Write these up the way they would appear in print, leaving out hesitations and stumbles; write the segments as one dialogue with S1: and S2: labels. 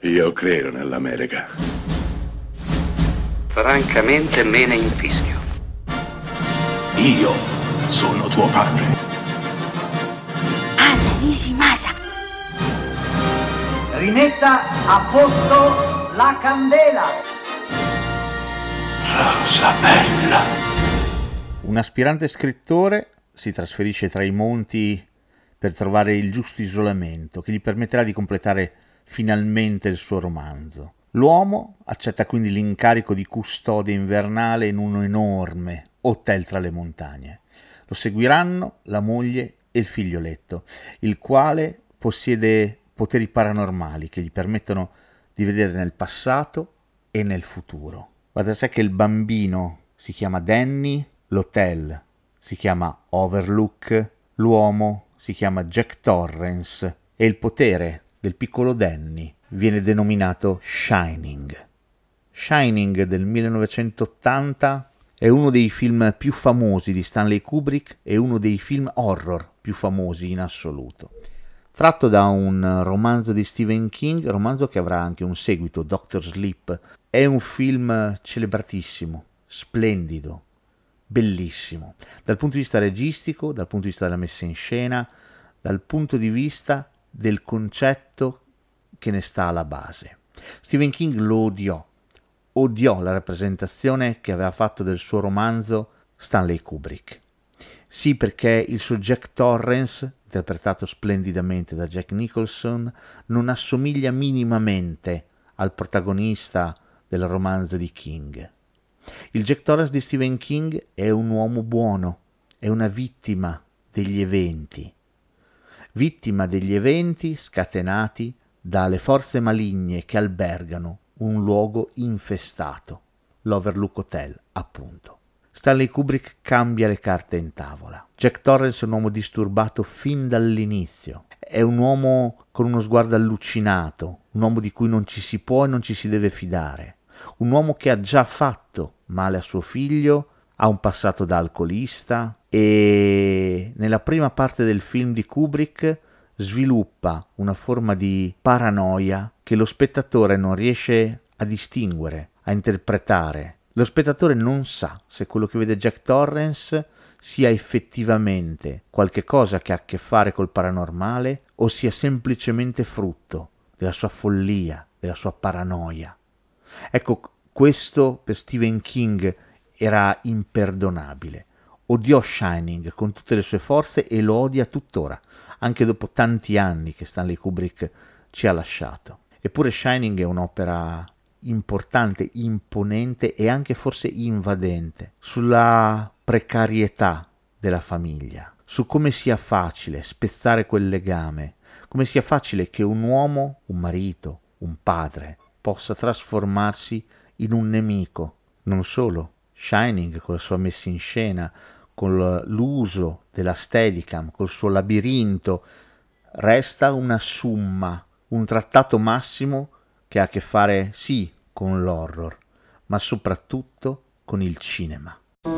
S1: Io credo nell'America.
S2: Francamente me ne infischio.
S3: Io sono tuo padre.
S4: Anna Nishimasa.
S5: Rimetta a posto la candela.
S3: Rosa bella.
S6: Un aspirante scrittore si trasferisce tra i monti per trovare il giusto isolamento che gli permetterà di completare finalmente il suo romanzo. L'uomo accetta quindi l'incarico di custode invernale in un enorme hotel tra le montagne. Lo seguiranno la moglie e il figlioletto, il quale possiede poteri paranormali che gli permettono di vedere nel passato e nel futuro. Va da sé che il bambino si chiama Danny, l'hotel si chiama Overlook, l'uomo si chiama Jack Torrance e il potere del piccolo Danny viene denominato Shining. Shining del 1980 è uno dei film più famosi di Stanley Kubrick e uno dei film horror più famosi in assoluto. Tratto da un romanzo di Stephen King, romanzo che avrà anche un seguito, Doctor Sleep. È un film celebratissimo, splendido, bellissimo, dal punto di vista registico, dal punto di vista della messa in scena, dal punto di vista del concetto che ne sta alla base. Stephen King lo odiò la rappresentazione che aveva fatto del suo romanzo Stanley Kubrick. Sì, perché il suo Jack Torrance, interpretato splendidamente da Jack Nicholson, non assomiglia minimamente al protagonista del romanzo di King. Il Jack Torrance di Stephen King è un uomo buono, è una vittima degli eventi scatenati dalle forze maligne che albergano un luogo infestato, l'Overlook Hotel, appunto. Stanley Kubrick cambia le carte in tavola. Jack Torrance è un uomo disturbato fin dall'inizio. È un uomo con uno sguardo allucinato, un uomo di cui non ci si può e non ci si deve fidare. Un uomo che ha già fatto male a suo figlio, ha un passato da alcolista e nella prima parte del film di Kubrick sviluppa una forma di paranoia che lo spettatore non riesce a distinguere, a interpretare. Lo spettatore non sa se quello che vede Jack Torrance sia effettivamente qualche cosa che ha a che fare col paranormale o sia semplicemente frutto della sua follia, della sua paranoia. Ecco, questo per Stephen King era imperdonabile. Odiò Shining con tutte le sue forze e lo odia tuttora, anche dopo tanti anni che Stanley Kubrick ci ha lasciato. Eppure Shining è un'opera importante, imponente e anche forse invadente sulla precarietà della famiglia, su come sia facile spezzare quel legame, come sia facile che un uomo, un marito, un padre possa trasformarsi in un nemico. Non solo, Shining con la sua messa in scena, con l'uso della Steadicam, col suo labirinto, resta una summa, un trattato massimo che ha a che fare sì con l'horror, ma soprattutto con il cinema.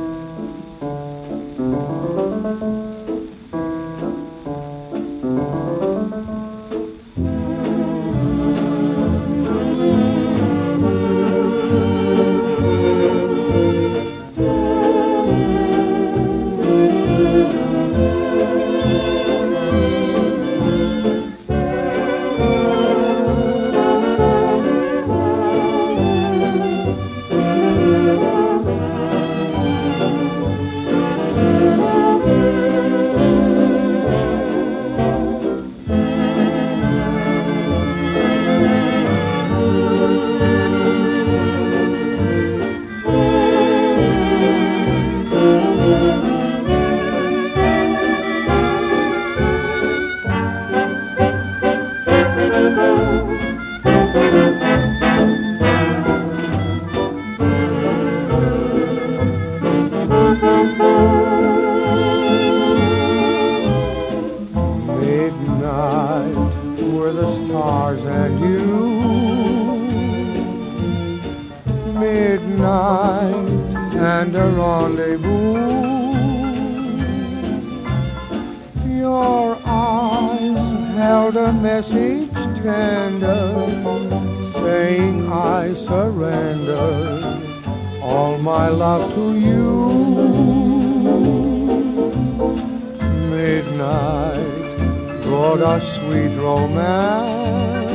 S7: Midnight and a rendezvous. Your eyes held a message tender I surrender all my love to you. Midnight brought us sweet romance.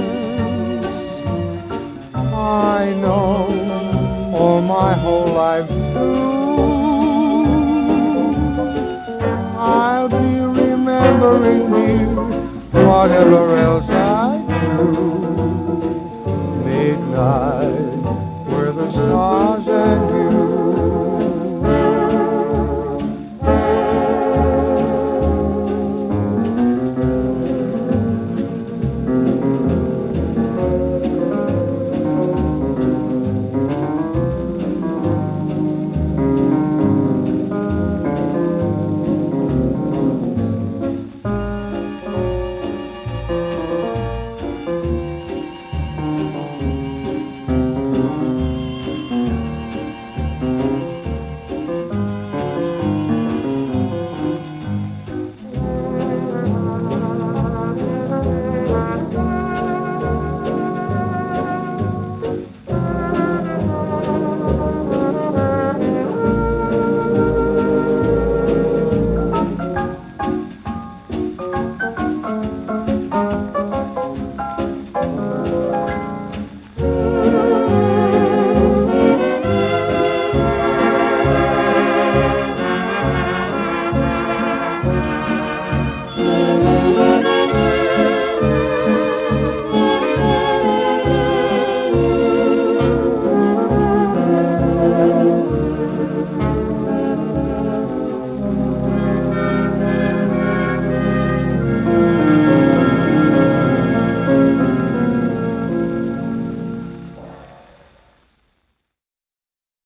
S7: I know all my whole life through I'll be remembering you, whatever else I